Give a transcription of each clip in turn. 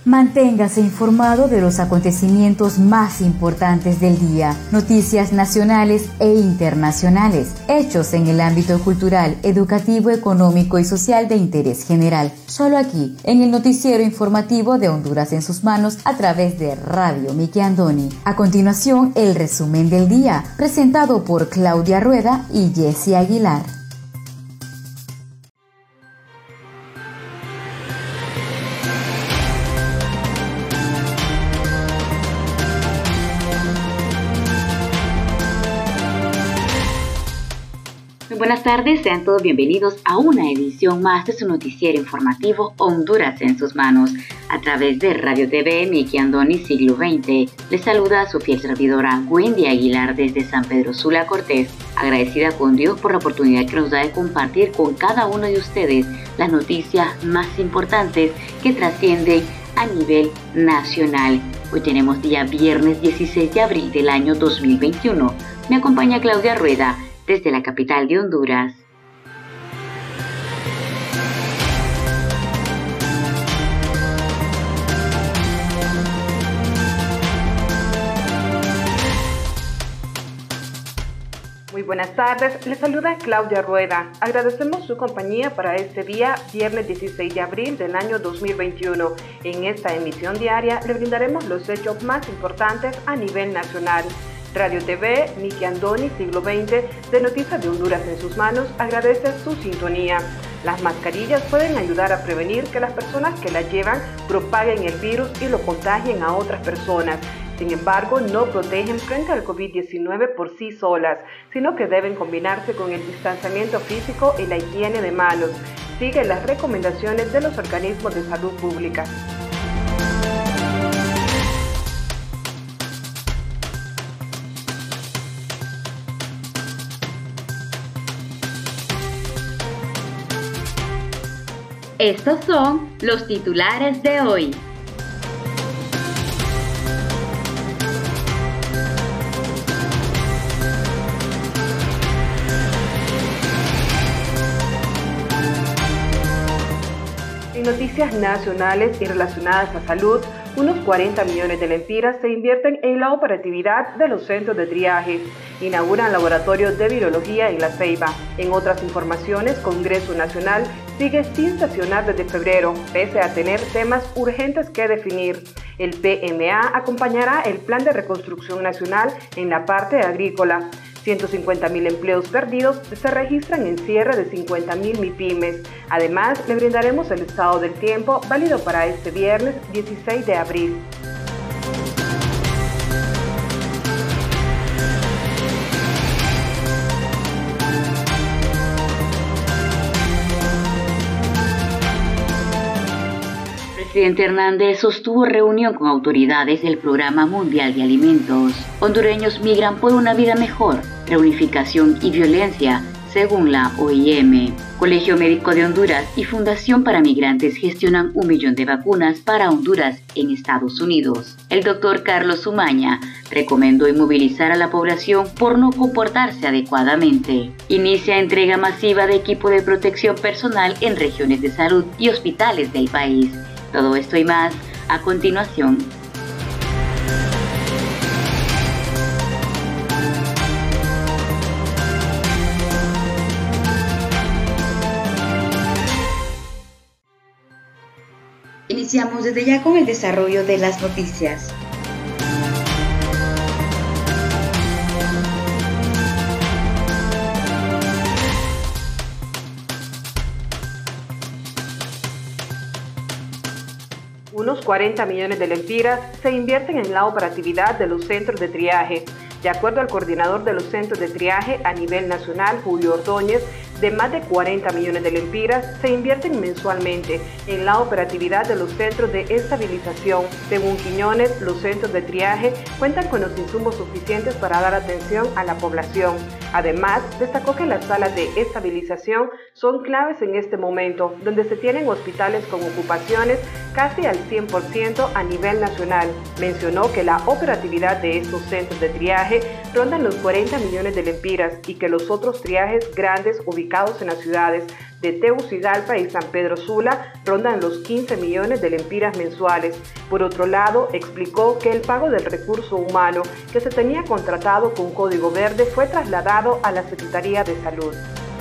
Manténgase informado de los acontecimientos más importantes del día, noticias nacionales e internacionales, hechos en el ámbito cultural, educativo, económico y social de interés general. Solo aquí, en el noticiero informativo de Honduras en sus manos a través de Radio Miki Andoni. A continuación, el resumen del día, presentado por Claudia Rueda y Jessie Aguilar. Buenas tardes, sean todos bienvenidos a una edición más de su noticiero informativo Honduras en sus manos, a través de Radio TV Miki Andoni Siglo XX. Les saluda a su fiel servidora Wendy Aguilar desde San Pedro Sula Cortés, agradecida con Dios por la oportunidad que nos da de compartir con cada uno de ustedes las noticias más importantes que trascienden a nivel nacional. Hoy tenemos día viernes 16 de abril del año 2021. Me acompaña Claudia Rueda desde la capital de Honduras. Muy buenas tardes, les saluda Claudia Rueda. Agradecemos su compañía para este día, viernes 16 de abril del año 2021. En esta emisión diaria le brindaremos los hechos más importantes a nivel nacional. Radio TV Miki Andoni Siglo XX de Noticias de Honduras en sus manos agradece su sintonía. Las mascarillas pueden ayudar a prevenir que las personas que las llevan propaguen el virus y lo contagien a otras personas. Sin embargo, no protegen frente al COVID-19 por sí solas, sino que deben combinarse con el distanciamiento físico y la higiene de manos. Sigue las recomendaciones de los organismos de salud pública. Estos son los titulares de hoy. En noticias nacionales y relacionadas a salud, unos 40 millones de lempiras se invierten en la operatividad de los centros de triaje. Inauguran laboratorios de virología en La Ceiba. En otras informaciones, Congreso Nacional sigue sin sesionar desde febrero, pese a tener temas urgentes que definir. El PMA acompañará el Plan de Reconstrucción Nacional en la parte agrícola. 150.000 empleos perdidos se registran en cierre de 50.000 MIPYMES. Además, le brindaremos el estado del tiempo válido para este viernes 16 de abril. El presidente Hernández sostuvo reunión con autoridades del Programa Mundial de Alimentos. Hondureños migran por una vida mejor, reunificación y violencia, según la OIM. Colegio Médico de Honduras y Fundación para Migrantes gestionan 1 millón de vacunas para Honduras en Estados Unidos. El doctor Carlos Umaña recomendó inmovilizar a la población por no comportarse adecuadamente. Inicia entrega masiva de equipo de protección personal en regiones de salud y hospitales del país. Todo esto y más a continuación. Iniciamos desde ya con el desarrollo de las noticias. Unos 40 millones de lempiras se invierten en la operatividad de los centros de triaje. De acuerdo al coordinador de los centros de triaje a nivel nacional, Julio Ordóñez, de más de 40 millones de lempiras se invierten mensualmente en la operatividad de los centros de estabilización. Según Quiñones, los centros de triaje cuentan con los insumos suficientes para dar atención a la población. Además, destacó que las salas de estabilización son claves en este momento, donde se tienen hospitales con ocupaciones casi al 100% a nivel nacional. Mencionó que la operatividad de estos centros de triaje rondan los 40 millones de lempiras y que los otros triajes grandes ubicados en las ciudades de Tegucigalpa y San Pedro Sula rondan los 15 millones de lempiras mensuales. Por otro lado, explicó que el pago del recurso humano que se tenía contratado con Código Verde fue trasladado a la Secretaría de Salud.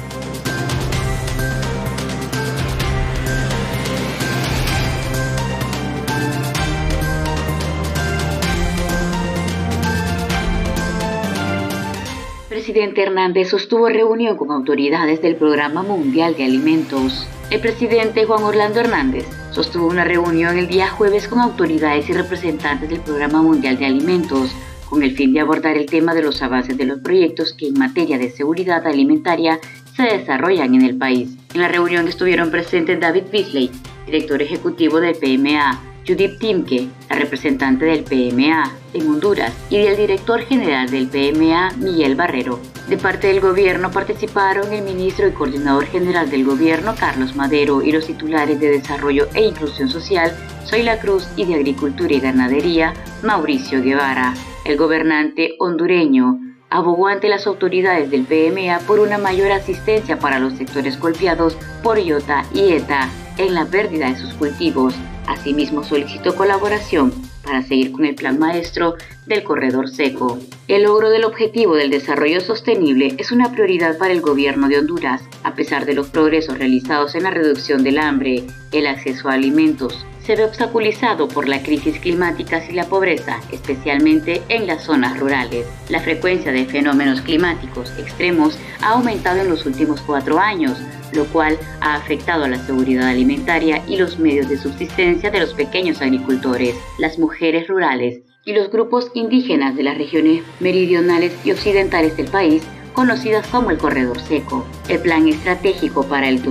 El presidente Hernández sostuvo reunión con autoridades del Programa Mundial de Alimentos. El presidente Juan Orlando Hernández sostuvo una reunión el día jueves con autoridades y representantes del Programa Mundial de Alimentos, con el fin de abordar el tema de los avances de los proyectos que en materia de seguridad alimentaria se desarrollan en el país. En la reunión estuvieron presentes David Beasley, director ejecutivo del PMA, Judith Timke, la representante del PMA en Honduras, y el director general del PMA, Miguel Barrero. De parte del gobierno participaron el ministro y coordinador general del gobierno, Carlos Madero, y los titulares de Desarrollo e Inclusión Social, Zoila Cruz, y de Agricultura y Ganadería, Mauricio Guevara. El gobernante hondureño abogó ante las autoridades del PMA por una mayor asistencia para los sectores golpeados por Iota y ETA en la pérdida de sus cultivos. Asimismo, solicitó colaboración para seguir con el plan maestro del corredor seco. El logro del objetivo del desarrollo sostenible es una prioridad para el gobierno de Honduras, a pesar de los progresos realizados en la reducción del hambre, el acceso a alimentos se ve obstaculizado por la crisis climática y la pobreza, especialmente en las zonas rurales. La frecuencia de fenómenos climáticos extremos ha aumentado en los últimos 4 años, lo cual ha afectado a la seguridad alimentaria y los medios de subsistencia de los pequeños agricultores, las mujeres rurales y los grupos indígenas de las regiones meridionales y occidentales del país, conocidas como el Corredor Seco. El plan estratégico para el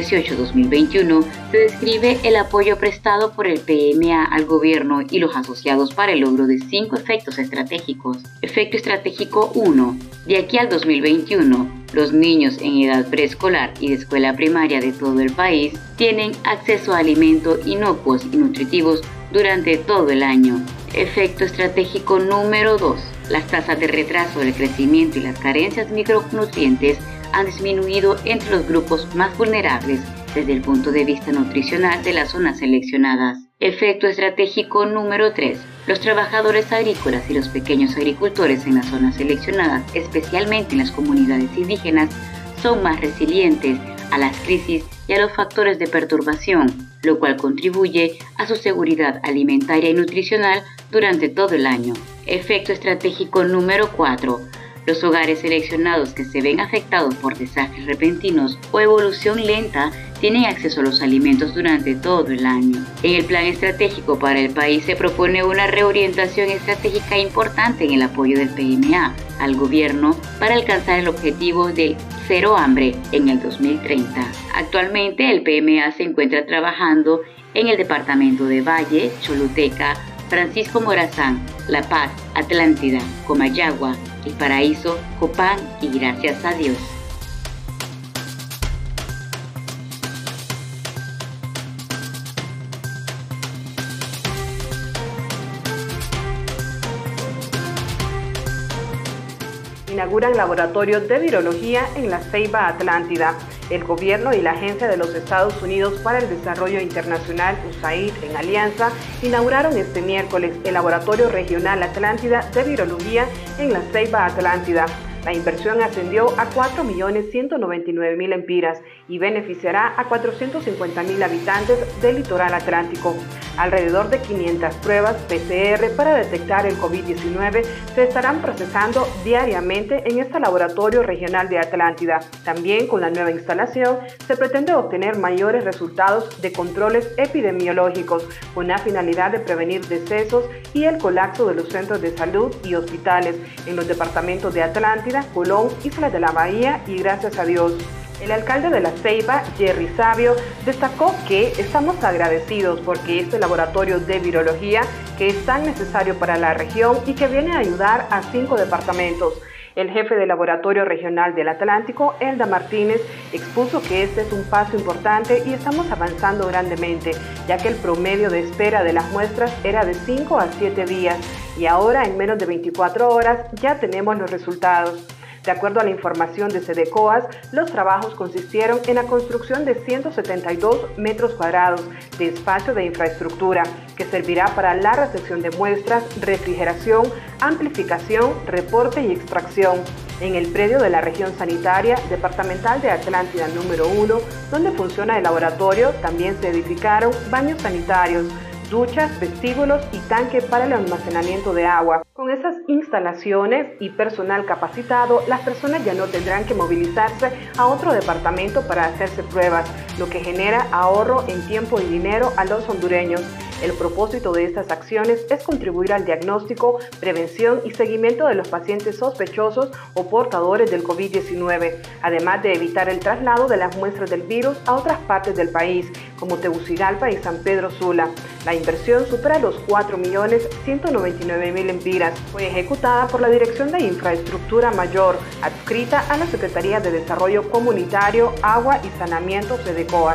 2018-2021 se describe el apoyo prestado por el PMA al gobierno y los asociados para el logro de 5 efectos estratégicos. Efecto estratégico 1. De aquí al 2021, los niños en edad preescolar y de escuela primaria de todo el país tienen acceso a alimentos inocuos y nutritivos durante todo el año. Efecto estratégico número 2. Las tasas de retraso del crecimiento y las carencias micronutrientes han disminuido entre los grupos más vulnerables desde el punto de vista nutricional de las zonas seleccionadas. Efecto estratégico número 3. Los trabajadores agrícolas y los pequeños agricultores en las zonas seleccionadas, especialmente en las comunidades indígenas, son más resilientes a las crisis y a los factores de perturbación, lo cual contribuye a su seguridad alimentaria y nutricional durante todo el año. Efecto estratégico número 4. Los hogares seleccionados que se ven afectados por desastres repentinos o evolución lenta tienen acceso a los alimentos durante todo el año. En el plan estratégico para el país se propone una reorientación estratégica importante en el apoyo del PMA al gobierno para alcanzar el objetivo del cero hambre en el 2030. Actualmente el PMA se encuentra trabajando en el departamento de Valle, Choluteca, Francisco Morazán, La Paz, Atlántida, Comayagua, El Paraíso, Copán y Gracias a Dios. Inauguran laboratorios de virología en la Ceiba Atlántida. El gobierno y la Agencia de los Estados Unidos para el Desarrollo Internacional, USAID, en alianza, inauguraron este miércoles el Laboratorio Regional Atlántida de Virología en la Ceiba Atlántida. La inversión ascendió a 4.199.000 lempiras y beneficiará a 450.000 habitantes del litoral atlántico. Alrededor de 500 pruebas PCR para detectar el COVID-19 se estarán procesando diariamente en este laboratorio regional de Atlántida. También con la nueva instalación se pretende obtener mayores resultados de controles epidemiológicos con la finalidad de prevenir decesos y el colapso de los centros de salud y hospitales en los departamentos de Atlántida, Colón, Islas de la Bahía y Gracias a Dios. El alcalde de La Ceiba, Jerry Sabio, destacó que estamos agradecidos porque este laboratorio de virología que es tan necesario para la región y que viene a ayudar a 5 departamentos. El jefe del Laboratorio Regional del Atlántico, Elda Martínez, expuso que este es un paso importante y estamos avanzando grandemente, ya que el promedio de espera de las muestras era de 5 a 7 días y ahora en menos de 24 horas ya tenemos los resultados. De acuerdo a la información de SEDECOAS, los trabajos consistieron en la construcción de 172 metros cuadrados de espacio de infraestructura que servirá para la recepción de muestras, refrigeración, amplificación, reporte y extracción en el predio de la región sanitaria departamental de Atlántida número 1, donde funciona el laboratorio. También se edificaron baños sanitarios, duchas, vestíbulos y tanque para el almacenamiento de agua. Con esas instalaciones y personal capacitado, las personas ya no tendrán que movilizarse a otro departamento para hacerse pruebas, lo que genera ahorro en tiempo y dinero a los hondureños. El propósito de estas acciones es contribuir al diagnóstico, prevención y seguimiento de los pacientes sospechosos o portadores del COVID-19, además de evitar el traslado de las muestras del virus a otras partes del país, como Tegucigalpa y San Pedro Sula. La inversión supera los 4.199.000 empiras. Fue ejecutada por la Dirección de Infraestructura Mayor, adscrita a la Secretaría de Desarrollo Comunitario, Agua y Saneamiento SEDECOAS.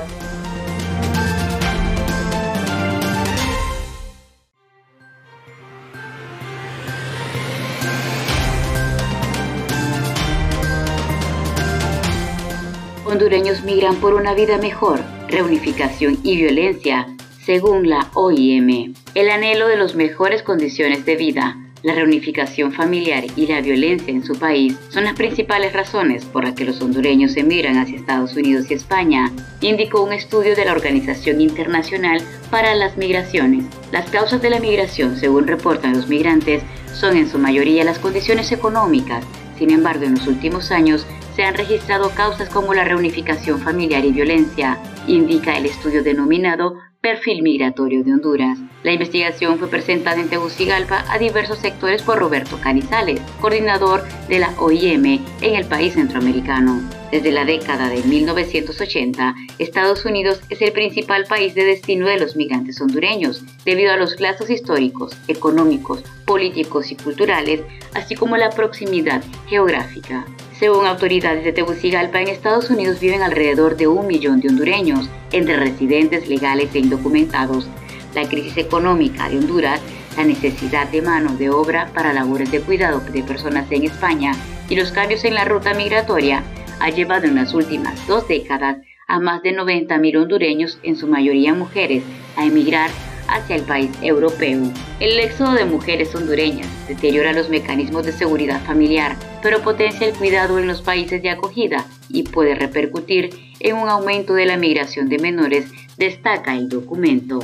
Hondureños migran por una vida mejor, reunificación y violencia, según la OIM. El anhelo de las mejores condiciones de vida, la reunificación familiar y la violencia en su país son las principales razones por las que los hondureños emigran hacia Estados Unidos y España, indicó un estudio de la Organización Internacional para las Migraciones. Las causas de la migración, según reportan los migrantes, son en su mayoría las condiciones económicas. Sin embargo, en los últimos años se han registrado causas como la reunificación familiar y violencia, indica el estudio denominado Perfil Migratorio de Honduras. La investigación fue presentada en Tegucigalpa a diversos sectores por Roberto Canizales, coordinador de la OIM en el país centroamericano. Desde la década de 1980, Estados Unidos es el principal país de destino de los migrantes hondureños, debido a los lazos históricos, económicos, políticos y culturales, así como la proximidad geográfica. Según autoridades de Tegucigalpa, en Estados Unidos viven alrededor de 1 millón de hondureños, entre residentes legales e indocumentados. La crisis económica de Honduras, la necesidad de mano de obra para labores de cuidado de personas en España y los cambios en la ruta migratoria ha llevado en las últimas 2 décadas a más de 90.000 hondureños, en su mayoría mujeres, a emigrar hacia el país europeo. El éxodo de mujeres hondureñas deteriora los mecanismos de seguridad familiar, pero potencia el cuidado en los países de acogida y puede repercutir en un aumento de la migración de menores, destaca el documento.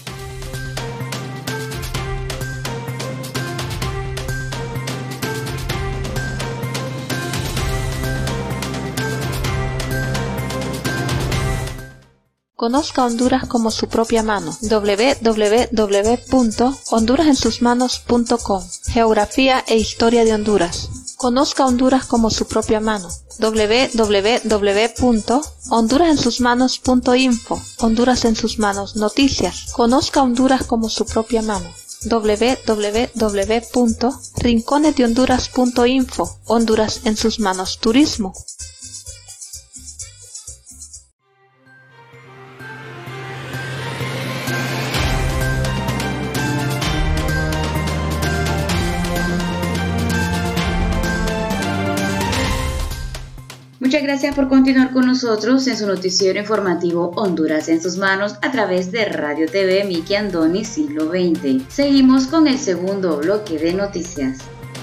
Conozca Honduras como su propia mano. www.hondurasensusmanos.com. Geografía e historia de Honduras. Conozca Honduras como su propia mano. www.hondurasensusmanos.info. Honduras en sus manos. Noticias. Conozca Honduras como su propia mano. www.rinconesdehonduras.info. Honduras en sus manos. Turismo. Muchas gracias por continuar con nosotros en su noticiero informativo Honduras en sus manos a través de Radio TV Miki Andoni Siglo XX. Seguimos con el segundo bloque de noticias.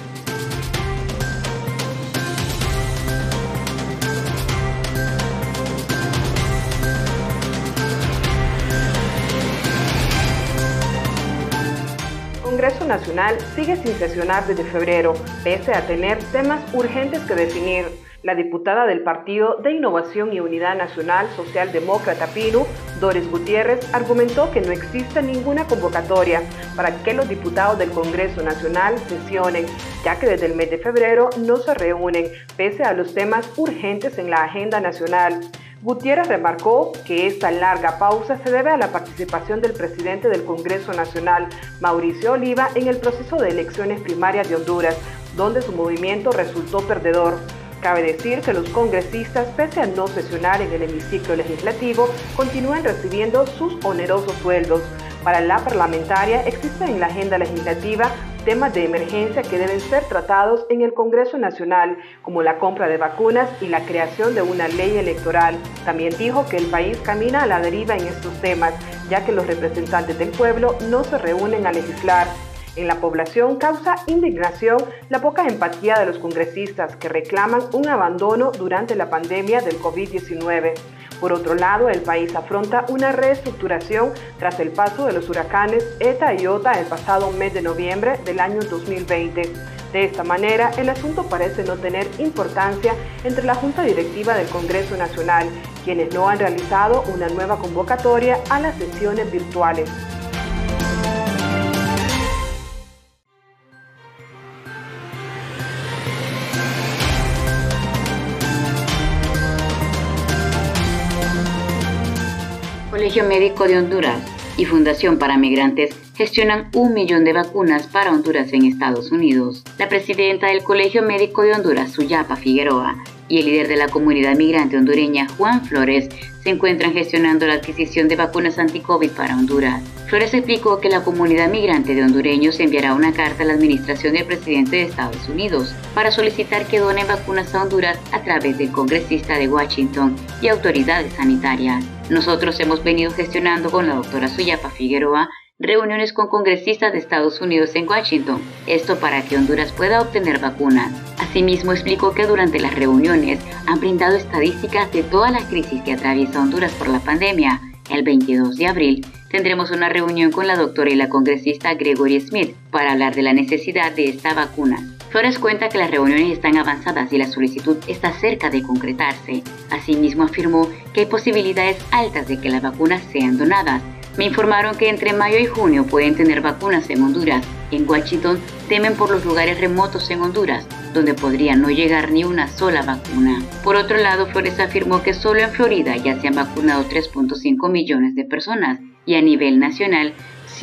El Congreso Nacional sigue sin sesionar desde febrero, pese a tener temas urgentes que definir. La diputada del Partido de Innovación y Unidad Nacional Socialdemócrata PINU, Doris Gutiérrez, argumentó que no existe ninguna convocatoria para que los diputados del Congreso Nacional sesionen, ya que desde el mes de febrero no se reúnen, pese a los temas urgentes en la agenda nacional. Gutiérrez remarcó que esta larga pausa se debe a la participación del presidente del Congreso Nacional, Mauricio Oliva, en el proceso de elecciones primarias de Honduras, donde su movimiento resultó perdedor. Cabe decir que los congresistas, pese a no sesionar en el hemiciclo legislativo, continúan recibiendo sus onerosos sueldos. Para la parlamentaria existen en la agenda legislativa temas de emergencia que deben ser tratados en el Congreso Nacional, como la compra de vacunas y la creación de una ley electoral. También dijo que el país camina a la deriva en estos temas, ya que los representantes del pueblo no se reúnen a legislar. En la población causa indignación la poca empatía de los congresistas que reclaman un abandono durante la pandemia del COVID-19. Por otro lado, el país afronta una reestructuración tras el paso de los huracanes ETA y OTA el pasado mes de noviembre del año 2020. De esta manera, el asunto parece no tener importancia entre la Junta Directiva del Congreso Nacional, quienes no han realizado una nueva convocatoria a las sesiones virtuales. Colegio Médico de Honduras y Fundación para Migrantes gestionan 1 millón de vacunas para Honduras en Estados Unidos. La presidenta del Colegio Médico de Honduras, Suyapa Figueroa, y el líder de la comunidad migrante hondureña, Juan Flores, se encuentran gestionando la adquisición de vacunas anti-COVID para Honduras. Flores explicó que la comunidad migrante de hondureños enviará una carta a la administración del presidente de Estados Unidos para solicitar que donen vacunas a Honduras a través del congresista de Washington y autoridades sanitarias. Nosotros hemos venido gestionando con la doctora Suyapa Figueroa reuniones con congresistas de Estados Unidos en Washington, esto para que Honduras pueda obtener vacunas. Asimismo, explicó que durante las reuniones han brindado estadísticas de todas las crisis que atraviesa Honduras por la pandemia. El 22 de abril tendremos una reunión con la doctora y la congresista Gregory Smith para hablar de la necesidad de esta vacuna. Flores cuenta que las reuniones están avanzadas y la solicitud está cerca de concretarse. Asimismo, afirmó que hay posibilidades altas de que las vacunas sean donadas. Me informaron que entre mayo y junio pueden tener vacunas en Honduras. En Washington temen por los lugares remotos en Honduras, donde podría no llegar ni una sola vacuna. Por otro lado, Flores afirmó que solo en Florida ya se han vacunado 3.5 millones de personas y a nivel nacional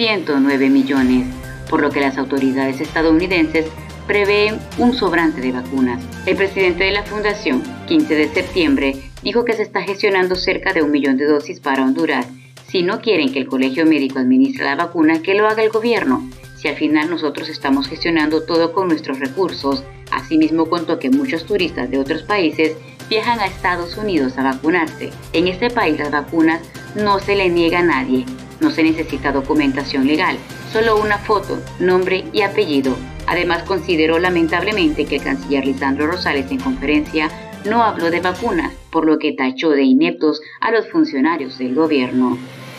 109 millones, por lo que las autoridades estadounidenses prevén un sobrante de vacunas. El presidente de la Fundación, 15 de septiembre, dijo que se está gestionando cerca de 1 millón de dosis para Honduras. Si no quieren que el colegio médico administre la vacuna, que lo haga el gobierno. Si al final nosotros estamos gestionando todo con nuestros recursos. Asimismo, contó que muchos turistas de otros países viajan a Estados Unidos a vacunarse. En este país las vacunas no se le niega a nadie. No se necesita documentación legal, solo una foto, nombre y apellido. Además, consideró lamentablemente que el canciller Lisandro Rosales en conferencia no habló de vacunas, por lo que tachó de ineptos a los funcionarios del gobierno.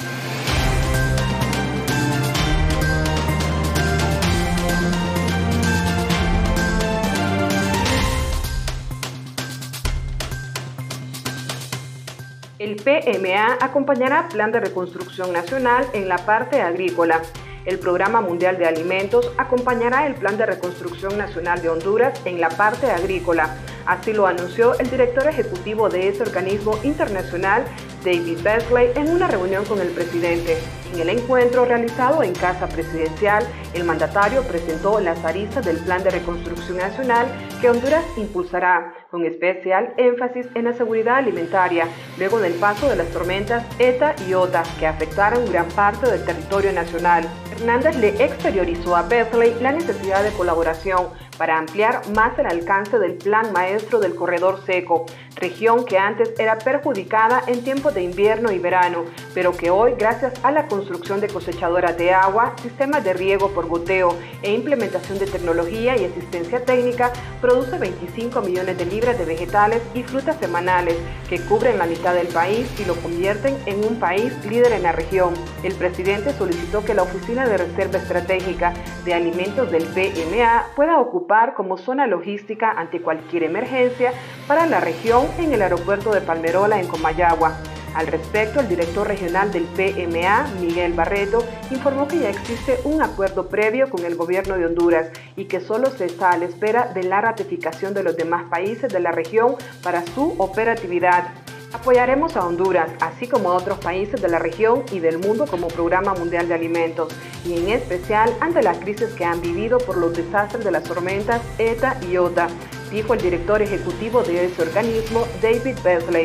El PMA acompañará Plan de Reconstrucción Nacional en la parte agrícola. El Programa Mundial de Alimentos acompañará el Plan de Reconstrucción Nacional de Honduras en la parte agrícola. Así lo anunció el director ejecutivo de ese organismo internacional, David Beasley, en una reunión con el presidente. En el encuentro realizado en Casa Presidencial, el mandatario presentó las aristas del Plan de Reconstrucción Nacional que Honduras impulsará, con especial énfasis en la seguridad alimentaria, luego del paso de las tormentas ETA y OTA, que afectaron gran parte del territorio nacional. Hernández le exteriorizó a Beasley la necesidad de colaboración para ampliar más el alcance del Plan Maestro del Corredor Seco, región que antes era perjudicada en tiempos de invierno y verano, pero que hoy, gracias a la construcción de cosechadoras de agua, sistemas de riego por goteo e implementación de tecnología y asistencia técnica, produce 25 millones de libras de vegetales y frutas semanales que cubren la mitad del país y lo convierten en un país líder en la región. El presidente solicitó que la Oficina de Reserva Estratégica de Alimentos del PMA pueda ocupar como zona logística ante cualquier emergencia para la región en el aeropuerto de Palmerola en Comayagua. Al respecto, el director regional del PMA, Miguel Barreto, informó que ya existe un acuerdo previo con el gobierno de Honduras y que solo se está a la espera de la ratificación de los demás países de la región para su operatividad. Apoyaremos a Honduras, así como a otros países de la región y del mundo como Programa Mundial de Alimentos, y en especial ante la crisis que han vivido por los desastres de las tormentas ETA y OTA, dijo el director ejecutivo de ese organismo, David Beasley.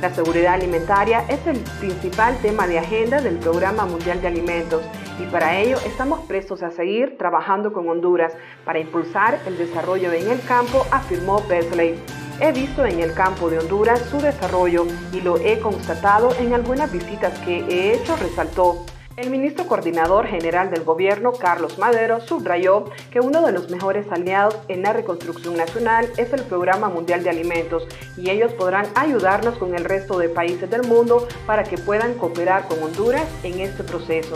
La seguridad alimentaria es el principal tema de agenda del Programa Mundial de Alimentos y para ello estamos prestos a seguir trabajando con Honduras para impulsar el desarrollo en el campo, afirmó Beasley. He visto en el campo de Honduras su desarrollo y lo he constatado en algunas visitas que he hecho, resaltó. El ministro coordinador general del gobierno, Carlos Madero, subrayó que uno de los mejores aliados en la reconstrucción nacional es el Programa Mundial de Alimentos y ellos podrán ayudarnos con el resto de países del mundo para que puedan cooperar con Honduras en este proceso.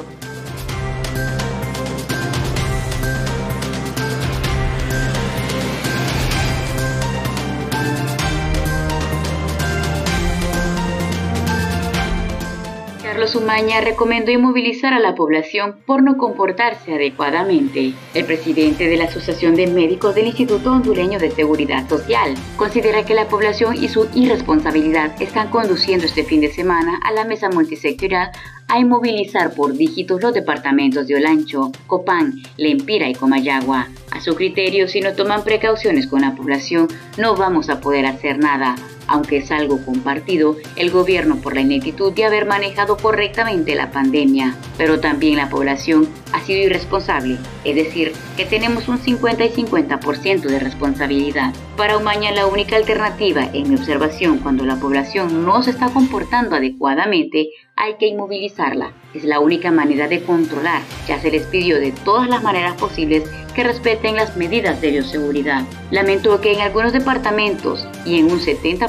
Carlos Umaña recomendó inmovilizar a la población por no comportarse adecuadamente. El presidente de la Asociación de Médicos del Instituto Hondureño de Seguridad Social considera que la población y su irresponsabilidad están conduciendo este fin de semana a la mesa multisectorial a inmovilizar por dígitos los departamentos de Olancho, Copán, Lempira y Comayagua. A su criterio, si no toman precauciones con la población, no vamos a poder hacer nada. Aunque es algo compartido, el gobierno por la ineptitud de haber manejado correctamente la pandemia, pero también la población ha sido irresponsable, es decir, que tenemos un 50 y 50% de responsabilidad. Para Umaña, la única alternativa, en mi observación, cuando la población no se está comportando adecuadamente, hay que inmovilizarla. Es la única manera de controlar. Ya se les pidió de todas las maneras posibles que respeten las medidas de bioseguridad. Lamentó que en algunos departamentos y en un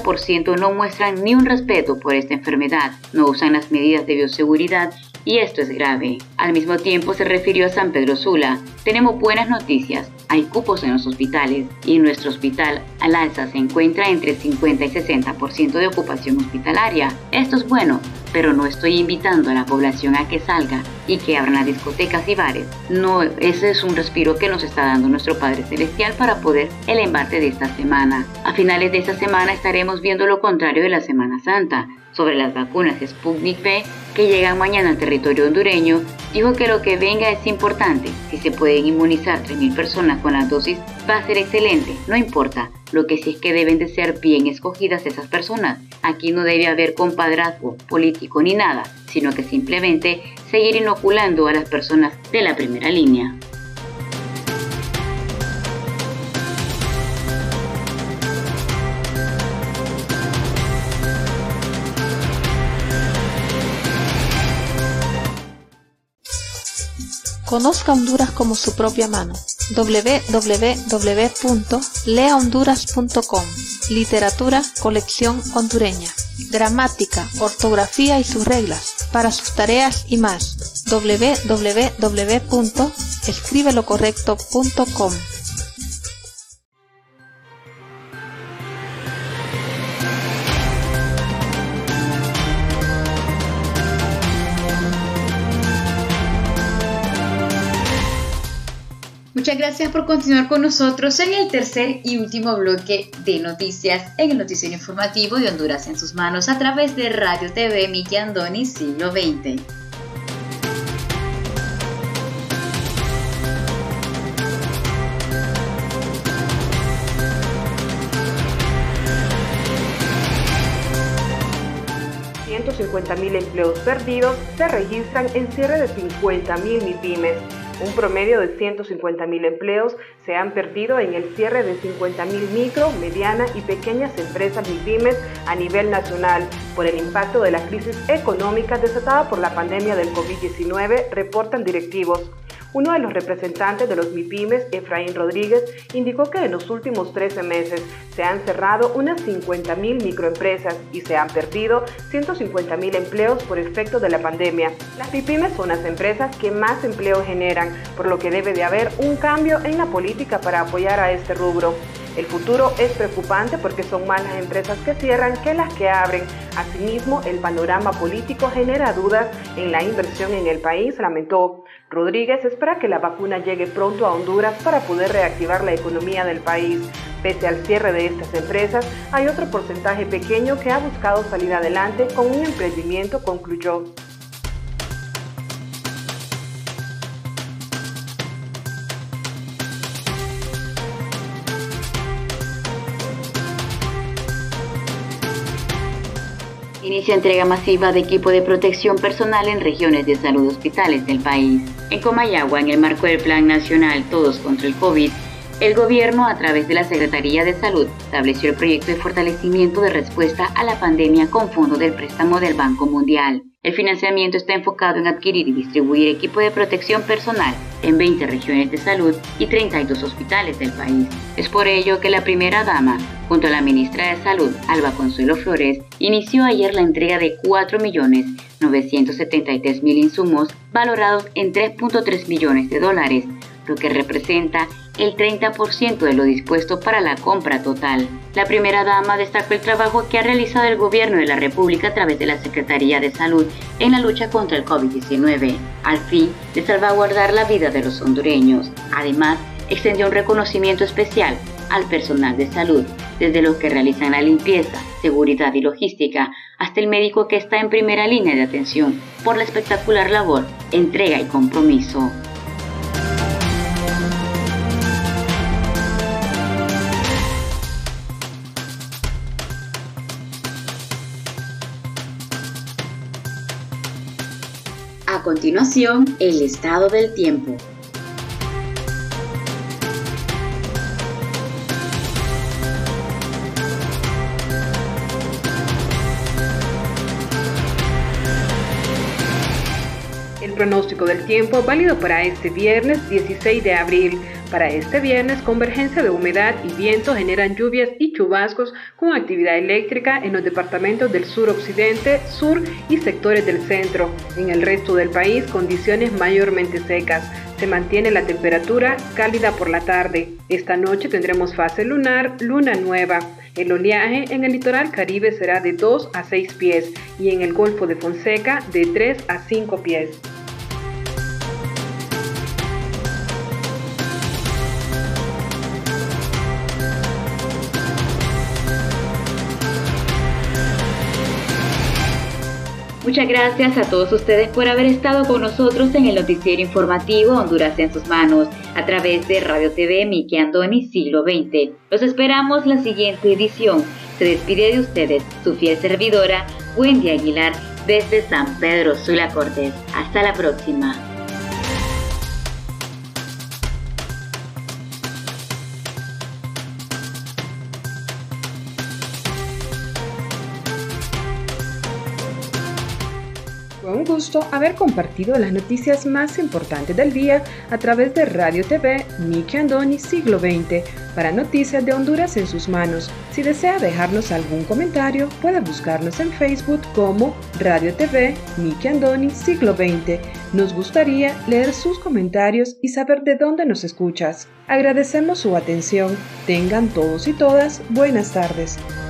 70% no muestran ni un respeto por esta enfermedad, no usan las medidas de bioseguridad y esto es grave. Al mismo tiempo se refirió a San Pedro Sula. Tenemos buenas noticias. Hay cupos en los hospitales y en nuestro hospital al alza se encuentra entre 50 y 60% de ocupación hospitalaria. Esto es bueno, pero no estoy invitando a la población a que salga y que abran las discotecas y bares. No, ese es un respiro que nos está dando nuestro Padre Celestial para poder el embate de esta semana. A finales de esta semana estaremos viendo lo contrario de la Semana Santa. Sobre las vacunas Sputnik V que llegan mañana al territorio hondureño, dijo que lo que venga es importante. Si se pueden inmunizar 3.000 personas con las dosis, va a ser excelente, no importa. Lo que sí es que deben de ser bien escogidas esas personas. Aquí no debe haber compadrazgo político ni nada, sino que simplemente seguir inoculando a las personas de la primera línea. Conozca Honduras como su propia mano. www.leahonduras.com. Literatura, colección hondureña. Gramática, ortografía y sus reglas. Para sus tareas y más. www.escribelocorrecto.com. Muchas gracias por continuar con nosotros en el tercer y último bloque de noticias en el noticiero informativo de Honduras en sus manos a través de Radio TV Miki Andoni Siglo XX. $150,000 empleos perdidos se registran en cierre de 50,000 MIPYMES. Un promedio de 150,000 empleos se han perdido en el cierre de 50,000 micro, mediana y pequeñas empresas MIPYMES a nivel nacional por el impacto de la crisis económica desatada por la pandemia del COVID-19, reportan directivos. Uno de los representantes de los MIPYMES, Efraín Rodríguez, indicó que en los últimos 13 meses se han cerrado unas 50,000 microempresas y se han perdido 150,000 empleos por efecto de la pandemia. Las MIPYMES son las empresas que más empleo generan, por lo que debe de haber un cambio en la política para apoyar a este rubro. El futuro es preocupante porque son más las empresas que cierran que las que abren. Asimismo, el panorama político genera dudas en la inversión en el país, lamentó. Rodríguez espera que la vacuna llegue pronto a Honduras para poder reactivar la economía del país. Pese al cierre de estas empresas, hay otro porcentaje pequeño que ha buscado salir adelante con un emprendimiento, concluyó. inicia entrega masiva de equipo de protección personal en regiones de salud hospitales del país. En Comayagua, en el marco del Plan Nacional Todos contra el COVID, el gobierno, a través de la Secretaría de Salud, estableció el proyecto de fortalecimiento de respuesta a la pandemia con fondos del préstamo del Banco Mundial. El financiamiento está enfocado en adquirir y distribuir equipo de protección personal en 20 regiones de salud y 32 hospitales del país. Es por ello que la primera dama, junto a la ministra de Salud, Alba Consuelo Flores, inició ayer la entrega de 4.973.000 insumos valorados en $3.3 millones, lo que representa el 30% de lo dispuesto para la compra total. La primera dama destacó el trabajo que ha realizado el Gobierno de la República a través de la Secretaría de Salud en la lucha contra el COVID-19, al fin de salvaguardar la vida de los hondureños. Además, extendió un reconocimiento especial al personal de salud, desde los que realizan la limpieza, seguridad y logística, hasta el médico que está en primera línea de atención, por la espectacular labor, entrega y compromiso. A continuación, el estado del tiempo. El pronóstico del tiempo válido para este viernes 16 de abril. Para este viernes, convergencia de humedad y viento generan lluvias y chubascos con actividad eléctrica en los departamentos del suroccidente, sur y sectores del centro. En el resto del país, condiciones mayormente secas. Se mantiene la temperatura cálida por la tarde. Esta noche tendremos fase lunar, luna nueva. El oleaje en el litoral caribe será de 2 a 6 pies y en el Golfo de Fonseca de 3 a 5 pies. Muchas gracias a todos ustedes por haber estado con nosotros en el noticiero informativo Honduras en sus manos, a través de Radio TV Miki Andoni Siglo XX. Los esperamos la siguiente edición. Se despide de ustedes su fiel servidora, Wendy Aguilar, desde San Pedro Sula Cortés. Hasta la próxima. Fue un gusto haber compartido las noticias más importantes del día a través de Radio TV Miki Andoni Siglo XX para Noticias de Honduras en sus manos. Si desea dejarnos algún comentario, puede buscarnos en Facebook como Radio TV Miki Andoni Siglo XX. Nos gustaría leer sus comentarios y saber de dónde nos escuchas. Agradecemos su atención. Tengan todos y todas buenas tardes.